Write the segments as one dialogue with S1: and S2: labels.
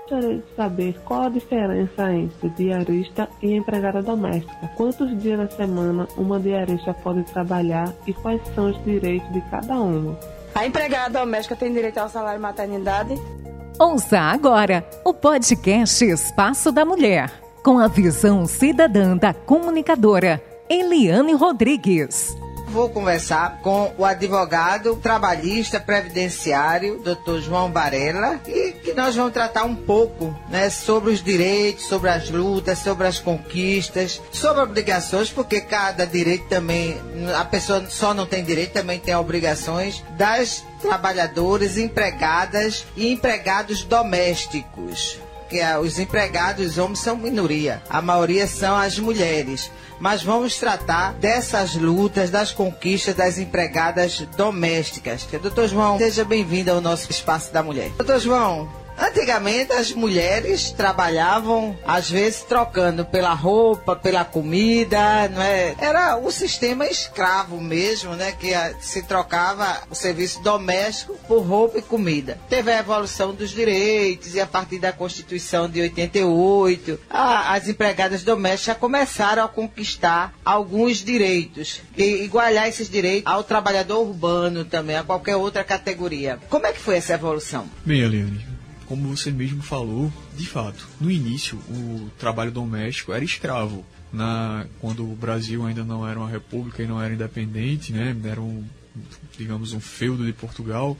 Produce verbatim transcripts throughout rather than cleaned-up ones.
S1: gostaria de saber qual a diferença entre diarista e empregada doméstica. Quantos dias na semana uma diarista pode trabalhar e quais são os direitos de cada uma?
S2: A empregada doméstica tem direito ao salário maternidade?
S3: Ouça agora o podcast Espaço da Mulher, com a visão cidadã da comunicadora Eliane Rodrigues.
S4: Vou conversar com o advogado trabalhista previdenciário, doutor João Varela, e que nós vamos tratar um pouco, né, sobre os direitos, sobre as lutas, sobre as conquistas, sobre obrigações, porque cada direito também, a pessoa só não tem direito, também tem obrigações das trabalhadoras, empregadas e empregados domésticos. Que os empregados os homens são minoria, a maioria são as mulheres. Mas vamos tratar dessas lutas, das conquistas das empregadas domésticas. Doutor João, seja bem-vindo ao nosso Espaço da Mulher. Doutor João, antigamente as mulheres trabalhavam, às vezes, trocando pela roupa, pela comida, não é? Era o sistema escravo mesmo, né? Que se trocava o serviço doméstico por roupa e comida. Teve a evolução dos direitos e a partir da Constituição de oitenta e oito, a, as empregadas domésticas começaram a conquistar alguns direitos e igualar esses direitos ao trabalhador urbano também, a qualquer outra categoria. Como é que foi essa evolução?
S5: Bem, Eliane, como você mesmo falou, de fato, no início o trabalho doméstico era escravo. Na, quando o Brasil ainda não era uma república e não era independente, né, era um, digamos, um feudo de Portugal,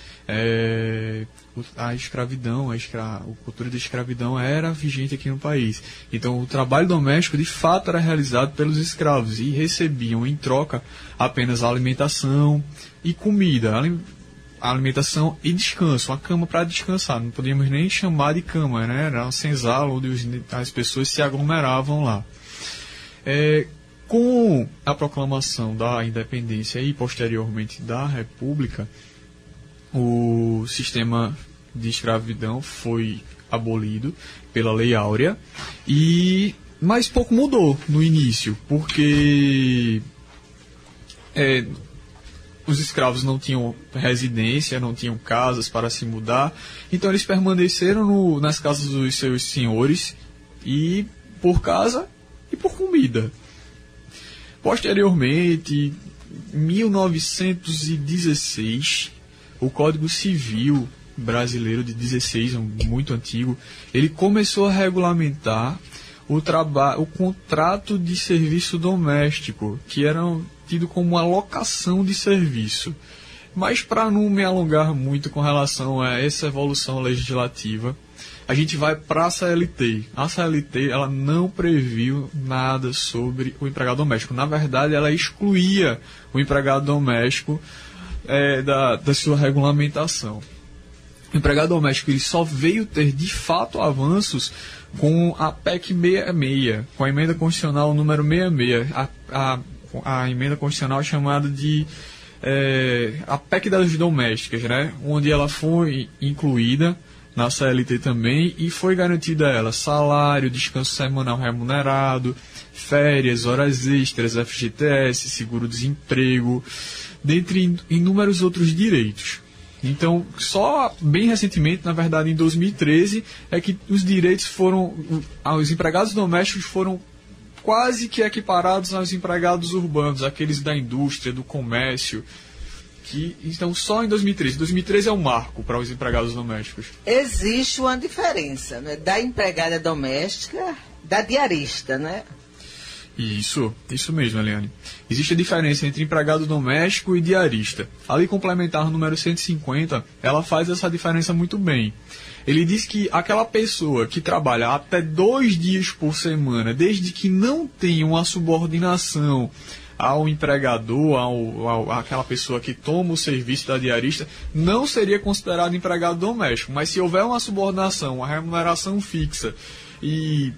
S5: é, a escravidão, a, escra, a cultura da escravidão era vigente aqui no país. Então o trabalho doméstico de fato era realizado pelos escravos e recebiam em troca apenas a alimentação e comida. A alimentação e descanso, uma cama para descansar, não podíamos nem chamar de cama, né? Era uma senzala onde os, as pessoas se aglomeravam lá. É, com a proclamação da independência e posteriormente da República, o sistema de escravidão foi abolido pela Lei Áurea, e, mas pouco mudou no início, porque é, os escravos não tinham residência, não tinham casas para se mudar, então eles permaneceram no, nas casas dos seus senhores, e por casa e por comida. Posteriormente, em mil novecentos e dezesseis, o Código Civil brasileiro de dezesseis, muito antigo, ele começou a regulamentar o, traba- o contrato de serviço doméstico, que era tido como uma locação de serviço. Mas para não me alongar muito com relação a essa evolução legislativa, a gente vai para a C L T. A C L T ela não previu nada sobre o empregado doméstico. Na verdade, ela excluía o empregado doméstico é, da, da sua regulamentação. O empregado doméstico ele só veio ter de fato avanços com a P E C sessenta e seis, com a emenda constitucional número sessenta e seis, a, a, a emenda constitucional chamada de é, a P E C das domésticas, né? Onde ela foi incluída na C L T também e foi garantida a ela salário, descanso semanal remunerado, férias, horas extras, F G T S, seguro-desemprego, dentre inúmeros outros direitos. Então, só bem recentemente, na verdade em dois mil e treze, é que os direitos foram, os empregados domésticos foram quase que equiparados aos empregados urbanos, aqueles da indústria, do comércio, que então só em dois mil e treze. dois mil e treze é um marco para os empregados domésticos.
S4: Existe uma diferença, né, da empregada doméstica da diarista, né?
S5: Isso, isso mesmo, Eliane. Existe a diferença entre empregado doméstico e diarista. A Lei Complementar número cento e cinquenta, ela faz essa diferença muito bem. Ele diz que aquela pessoa que trabalha até dois dias por semana, desde que não tenha uma subordinação ao empregador, ao, ao, àquela pessoa que toma o serviço da diarista, não seria considerado empregado doméstico. Mas se houver uma subordinação, uma remuneração fixa e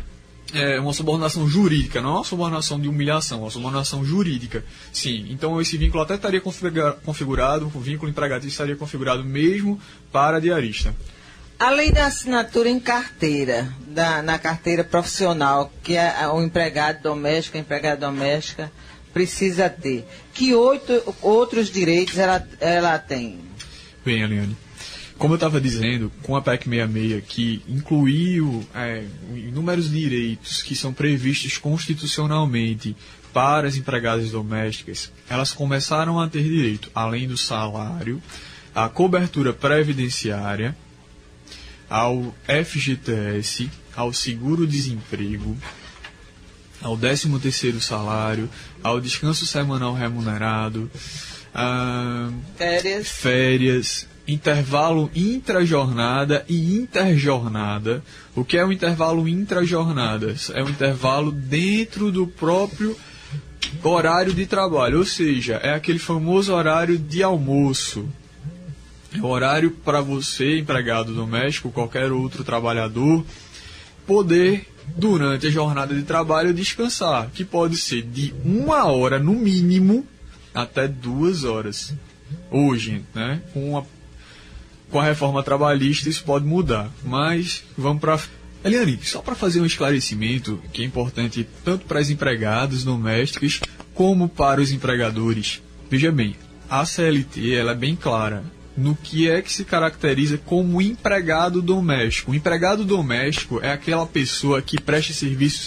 S5: é, uma subordinação jurídica, não é uma subordinação de humilhação, é uma subordinação jurídica, sim. Então esse vínculo até estaria configurado, o vínculo empregatício estaria configurado mesmo para a diarista.
S4: Além da assinatura em carteira, da, na carteira profissional, que é o empregado doméstico, a empregada doméstica precisa ter, que oito, outros direitos ela, ela tem?
S5: Bem, Eliane, Como eu estava dizendo, com a P E C sessenta e seis, que incluiu é, inúmeros direitos que são previstos constitucionalmente para as empregadas domésticas, elas começaram a ter direito, além do salário, à cobertura previdenciária, ao F G T S, ao seguro-desemprego, ao décimo terceiro salário, ao descanso semanal remunerado, a
S4: férias,
S5: férias, intervalo intrajornada e interjornada. O que é o intervalo intrajornada? É o intervalo dentro do próprio horário de trabalho, ou seja, é aquele famoso horário de almoço. É o horário para você, empregado doméstico, qualquer outro trabalhador, poder, durante a jornada de trabalho, descansar, que pode ser de uma hora no mínimo até duas horas. Hoje, né, com a, com a reforma trabalhista isso pode mudar, mas vamos para... Eliane, só para fazer um esclarecimento que é importante tanto para as empregadas domésticas como para os empregadores. Veja bem, a C L T ela é bem clara no que é que se caracteriza como empregado doméstico. O empregado doméstico é aquela pessoa que presta serviços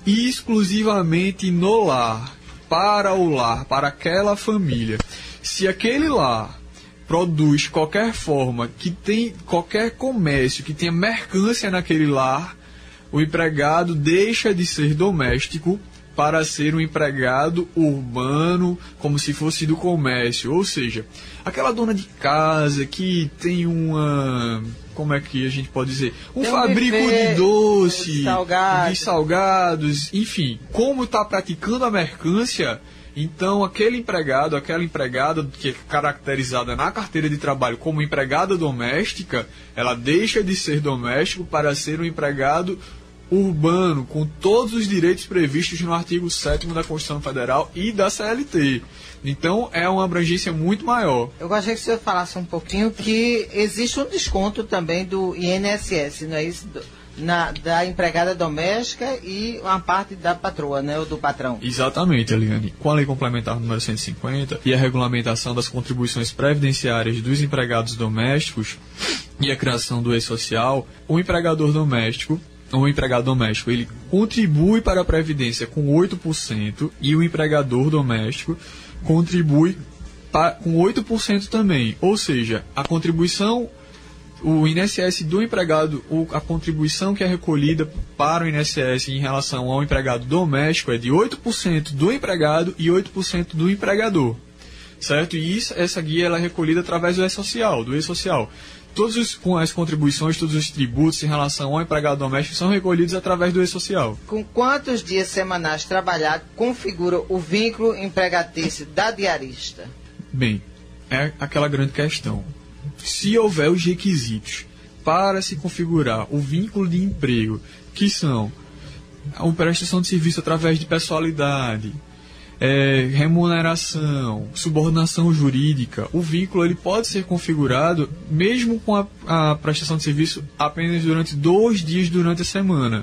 S5: exclusivamente no lar, para o lar, para aquela família. Se aquele lar produz qualquer forma, que tem qualquer comércio, que tenha mercância naquele lar, o empregado deixa de ser doméstico para ser um empregado urbano, como se fosse do comércio. Ou seja, aquela dona de casa que tem uma... Como é que a gente pode dizer? Um, um fabrico buffet, de doce, de salgados. de salgados, enfim. Como está praticando a mercância, então aquele empregado, aquela empregada que é caracterizada na carteira de trabalho como empregada doméstica, ela deixa de ser doméstico para ser um empregado urbano, com todos os direitos previstos no artigo sétimo da Constituição Federal e da C L T. Então, é uma abrangência muito maior.
S4: Eu gostaria que o senhor falasse um pouquinho que existe um desconto também do I N S S, não é isso? Na, da empregada doméstica e uma parte da patroa, né, ou do patrão.
S5: Exatamente, Eliane. Com a Lei Complementar número cento e cinquenta e a regulamentação das contribuições previdenciárias dos empregados domésticos e a criação do E-Social, o empregador doméstico o empregado doméstico, ele contribui para a Previdência com oito por cento e o empregador doméstico contribui pa, com oito por cento também. Ou seja, a contribuição, o I N S S do empregado, a contribuição que é recolhida para o I N S S em relação ao empregado doméstico é de oito por cento do empregado e oito por cento do empregador. Certo? E isso, essa guia ela é recolhida através do E-Social, do E-Social. Todos os, com as contribuições, todos os tributos em relação ao empregado doméstico são recolhidos através do E-Social.
S4: Com quantos dias semanais trabalhados configura o vínculo empregatício da diarista?
S5: Bem, é aquela grande questão. Se houver os requisitos para se configurar o vínculo de emprego, que são a prestação de serviço através de pessoalidade, É, remuneração, subordinação jurídica, o vínculo ele pode ser configurado mesmo com a, a prestação de serviço apenas durante dois dias durante a semana.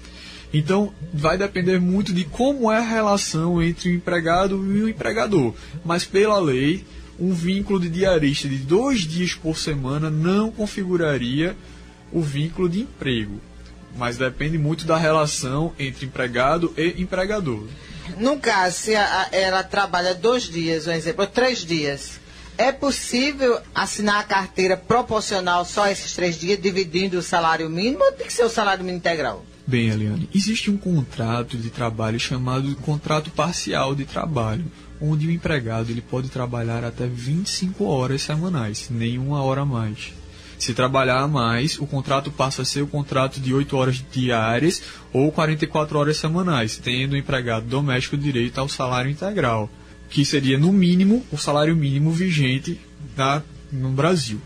S5: Então, vai depender muito de como é a relação entre o empregado e o empregador. Mas, pela lei, um vínculo de diarista de dois dias por semana não configuraria o vínculo de emprego. Mas depende muito da relação entre empregado e empregador.
S4: No caso, se a, a, ela trabalha dois dias, um exemplo, três dias, é possível assinar a carteira proporcional só esses três dias, dividindo o salário mínimo, ou tem que ser o salário mínimo integral?
S5: Bem, Eliane, existe um contrato de trabalho chamado contrato parcial de trabalho, onde o empregado ele pode trabalhar até vinte e cinco horas semanais, nem uma hora a mais. Se trabalhar a mais, o contrato passa a ser o contrato de oito horas diárias ou quarenta e quatro horas semanais, tendo o empregado doméstico direito ao salário integral, que seria, no mínimo, o salário mínimo vigente na, no Brasil.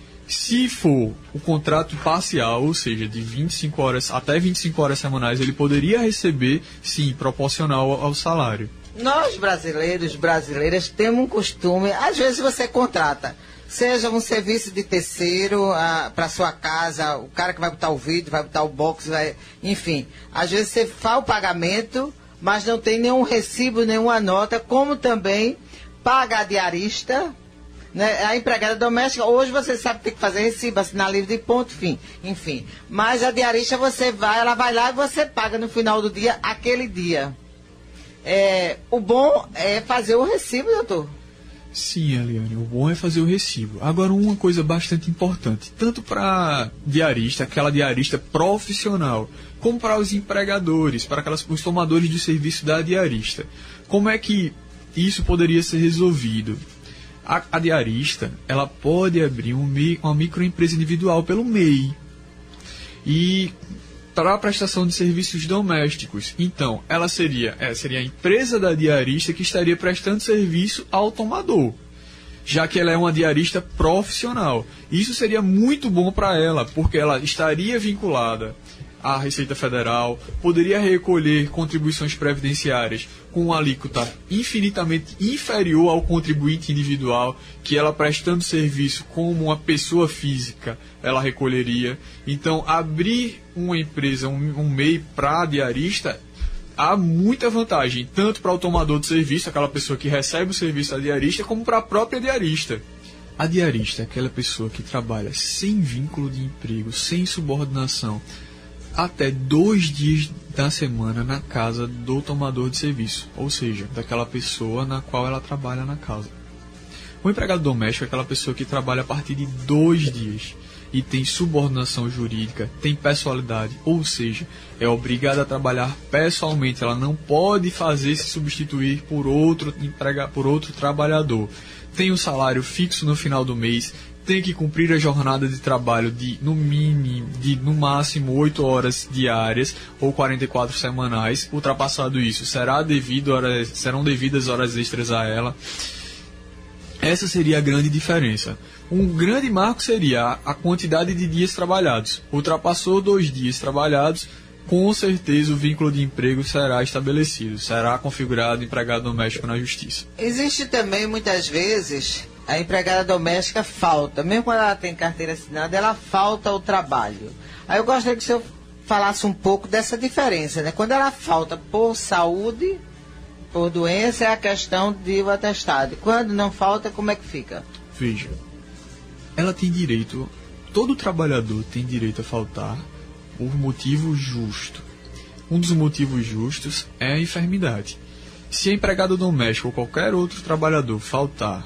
S5: Se for o contrato parcial, ou seja, de vinte e cinco horas até vinte e cinco horas semanais, ele poderia receber, sim, proporcional ao salário.
S4: Nós, brasileiros, brasileiras, temos um costume, às vezes você contrata, seja um serviço de terceiro ah, para sua casa, o cara que vai botar o vídeo, vai botar o box, vai, enfim. Às vezes você faz o pagamento, mas não tem nenhum recibo, nenhuma nota, como também paga a diarista, Né? A empregada doméstica, hoje você sabe que tem que fazer recibo, assinar livro de ponto, fim, enfim. Mas a diarista você vai, ela vai lá e você paga no final do dia, aquele dia. É, o bom é fazer o recibo, doutor?
S5: Sim, Eliane, o bom é fazer o recibo. Agora, uma coisa bastante importante, tanto para diarista, aquela diarista profissional, como para os empregadores, para aquelas, os tomadores de serviço da diarista. Como é que isso poderia ser resolvido? A, a diarista, ela pode abrir um, uma microempresa individual pelo M E I. E para a prestação de serviços domésticos. Então, ela seria, é, seria a empresa da diarista que estaria prestando serviço ao tomador, já que ela é uma diarista profissional. Isso seria muito bom para ela, porque ela estaria vinculada à Receita Federal, poderia recolher contribuições previdenciárias com uma alíquota infinitamente inferior ao contribuinte individual, que ela prestando serviço como uma pessoa física, ela recolheria. Então, abrir uma empresa, um, um M E I para diarista, há muita vantagem, tanto para o tomador de serviço, aquela pessoa que recebe o serviço da diarista, como para a própria diarista. A diarista é aquela pessoa que trabalha sem vínculo de emprego, sem subordinação, até dois dias da semana na casa do tomador de serviço, ou seja, daquela pessoa na qual ela trabalha na casa. O empregado doméstico é aquela pessoa que trabalha a partir de dois dias e tem subordinação jurídica, tem pessoalidade, ou seja, é obrigada a trabalhar pessoalmente, ela não pode fazer se substituir por outro, emprega, por outro trabalhador. Tem um salário fixo no final do mês, tem que cumprir a jornada de trabalho de no mínimo, de no máximo oito horas diárias ou quarenta e quatro semanais. Ultrapassado isso, será devido horas, serão devidas horas extras a ela. Essa seria a grande diferença. Um grande marco seria a quantidade de dias trabalhados. Ultrapassou dois dias trabalhados, com certeza o vínculo de emprego será estabelecido, será configurado empregado doméstico na Justiça.
S4: Existe também, muitas vezes, a empregada doméstica falta, mesmo quando ela tem carteira assinada, ela falta ao trabalho. Aí eu gostaria que o senhor falasse um pouco dessa diferença, né? Quando ela falta por saúde, por doença, é a questão de o atestado. Quando não falta, como é que fica?
S5: Veja, ela tem direito, todo trabalhador tem direito a faltar por motivo justo. Um dos motivos justos é a enfermidade. Se a empregada doméstica ou qualquer outro trabalhador faltar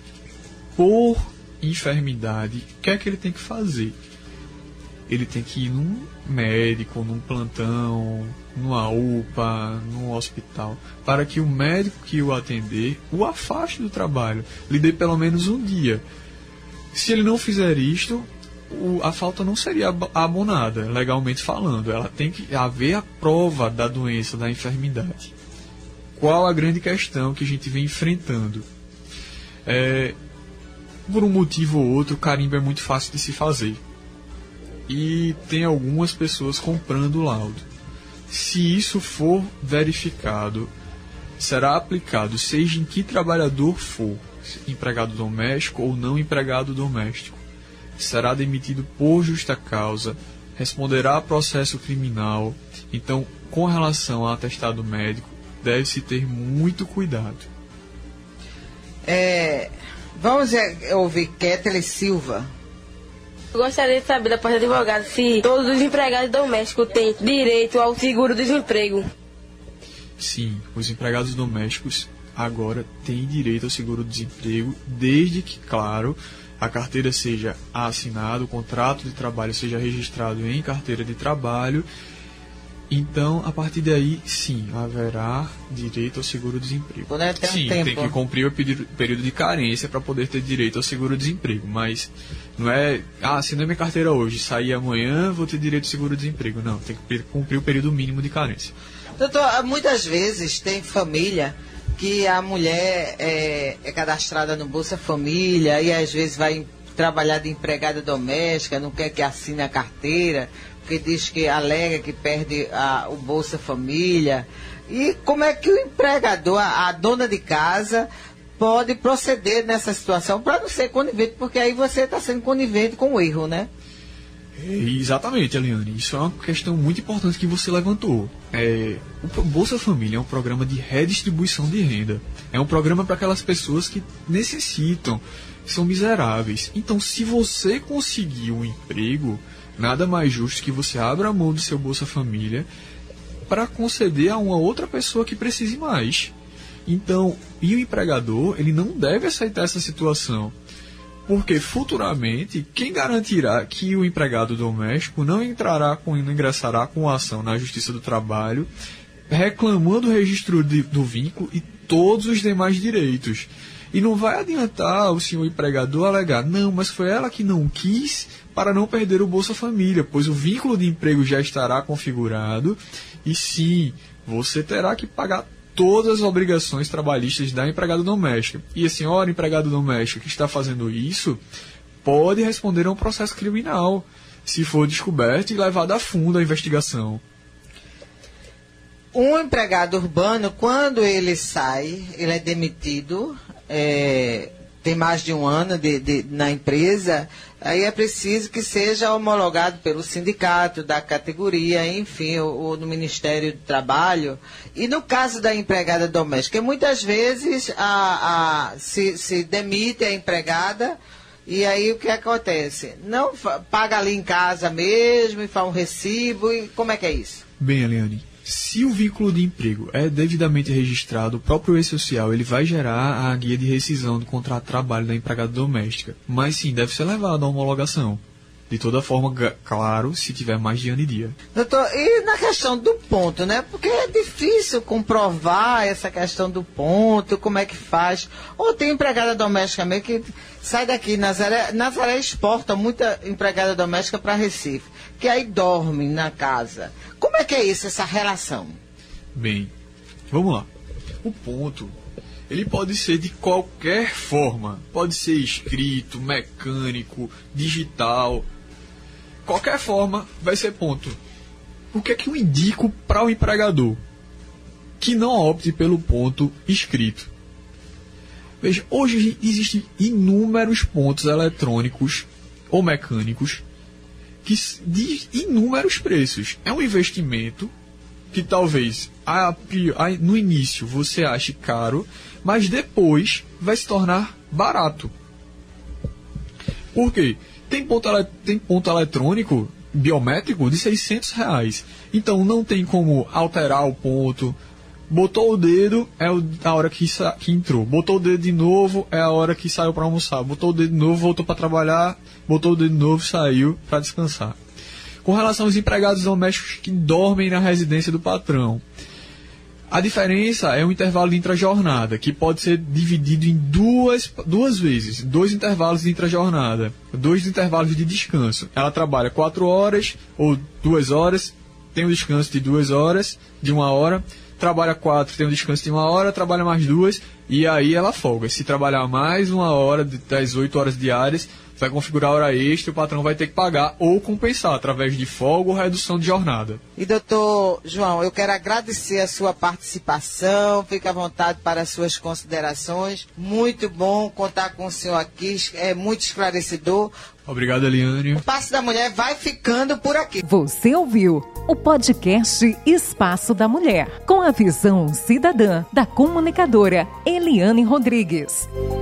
S5: por enfermidade, o que é que ele tem que fazer? Ele tem que ir num médico, num plantão, numa U P A, num hospital, para que o médico que o atender o afaste do trabalho, lhe dê pelo menos um dia. Se ele não fizer isto, o, a falta não seria abonada, legalmente falando. Ela tem que haver a prova da doença, da enfermidade. Qual a grande questão que a gente vem enfrentando? É, por um motivo ou outro, o carimbo é muito fácil de se fazer. E tem algumas pessoas comprando o laudo. Se isso for verificado, será aplicado, seja em que trabalhador for, empregado doméstico ou não empregado doméstico. Será demitido por justa causa, responderá a processo criminal. Então, com relação ao atestado médico, deve-se ter muito cuidado.
S4: É, vamos ouvir Kétele Silva.
S2: Eu gostaria de saber da parte do advogado se todos os empregados domésticos têm direito ao seguro-desemprego.
S5: Sim, os empregados domésticos agora têm direito ao seguro-desemprego, desde que, claro, a carteira seja assinada, o contrato de trabalho seja registrado em carteira de trabalho. Então, a partir daí, sim, haverá direito ao seguro-desemprego.
S4: Né? Tem
S5: sim,
S4: um tempo.
S5: tem que cumprir o período de carência para poder ter direito ao seguro-desemprego. Mas não é, ah, assinei minha carteira hoje, saí amanhã, vou ter direito ao seguro-desemprego. Não, tem que cumprir o período mínimo de carência.
S4: Doutor, muitas vezes tem família que a mulher é, é cadastrada no Bolsa Família e às vezes vai trabalhar de empregada doméstica, não quer que assine a carteira, porque diz que alega que perde a, o Bolsa Família. E como é que o empregador, a, a dona de casa, pode proceder nessa situação para não ser conivente? Porque aí você está sendo conivente com o erro, né?
S5: Exatamente, Eliane. Isso é uma questão muito importante que você levantou. É, o Bolsa Família é um programa de redistribuição de renda. É um programa para aquelas pessoas que necessitam, são miseráveis. Então, se você conseguir um emprego, nada mais justo que você abra a mão do seu Bolsa Família para conceder a uma outra pessoa que precise mais. Então, e o empregador, ele não deve aceitar essa situação. Porque futuramente, quem garantirá que o empregado doméstico não entrará com, não ingressará com ação na Justiça do Trabalho, reclamando o registro de, do vínculo e todos os demais direitos? E não vai adiantar o senhor empregador alegar, não, mas foi ela que não quis para não perder o Bolsa Família, pois o vínculo de emprego já estará configurado e sim, você terá que pagar todas as obrigações trabalhistas da empregada doméstica. E a senhora empregada doméstica que está fazendo isso pode responder a um processo criminal, se for descoberto e levado a fundo a investigação.
S4: Um empregado urbano, quando ele sai, ele é demitido, é, tem mais de um ano de, de, na empresa, aí é preciso que seja homologado pelo sindicato da categoria, enfim, ou, ou no Ministério do Trabalho. E no caso da empregada doméstica, muitas vezes a, a, se, se demite a empregada e aí o que acontece? Não paga ali em casa mesmo e faz um recibo, e como é que é isso?
S5: Bem, Eliane, se o vínculo de emprego é devidamente registrado, o próprio E-Social ele vai gerar a guia de rescisão do contrato de trabalho da empregada doméstica. Mas sim, deve ser levado à homologação. De toda forma, claro, se tiver mais de ano e dia.
S4: Doutor, e na questão do ponto, né? Porque é difícil comprovar essa questão do ponto, como é que faz. Ou tem empregada doméstica mesmo que sai daqui, Nazaré, Nazaré exporta muita empregada doméstica para Recife, que aí dorme na casa. Como é que é isso, essa relação?
S5: Bem, vamos lá. O ponto, ele pode ser de qualquer forma. Pode ser escrito, mecânico, digital. Qualquer forma vai ser ponto. O que é que eu indico para o empregador? Que não opte pelo ponto escrito. Veja, hoje existem inúmeros pontos eletrônicos ou mecânicos que de inúmeros preços. É um investimento que talvez a, a, no início você ache caro, mas depois vai se tornar barato. Por quê? Tem ponto, tem ponto eletrônico biométrico de seiscentos reais. Então não tem como alterar o ponto. Botou o dedo, é a hora que, que entrou. Botou o dedo de novo, é a hora que saiu para almoçar. Botou o dedo de novo, voltou para trabalhar. Botou o dedo de novo, saiu para descansar. Com relação aos empregados domésticos que dormem na residência do patrão, a diferença é o intervalo de intrajornada, que pode ser dividido em duas, duas vezes, dois intervalos de intrajornada, dois intervalos de descanso. Ela trabalha quatro horas ou duas horas, tem um descanso de duas horas, de uma hora, trabalha quatro, tem um descanso de uma hora, trabalha mais duas, e aí ela folga. Se trabalhar mais uma hora, das oito horas diárias, vai configurar hora extra, o patrão vai ter que pagar ou compensar através de folga ou redução de jornada.
S4: E doutor João, eu quero agradecer a sua participação, fique à vontade para as suas considerações. Muito bom contar com o senhor aqui, é muito esclarecedor.
S5: Obrigado, Eliane.
S4: O Passo da Mulher vai ficando por aqui.
S3: Você ouviu o podcast Espaço da Mulher, com a visão cidadã da comunicadora Eliane Rodrigues.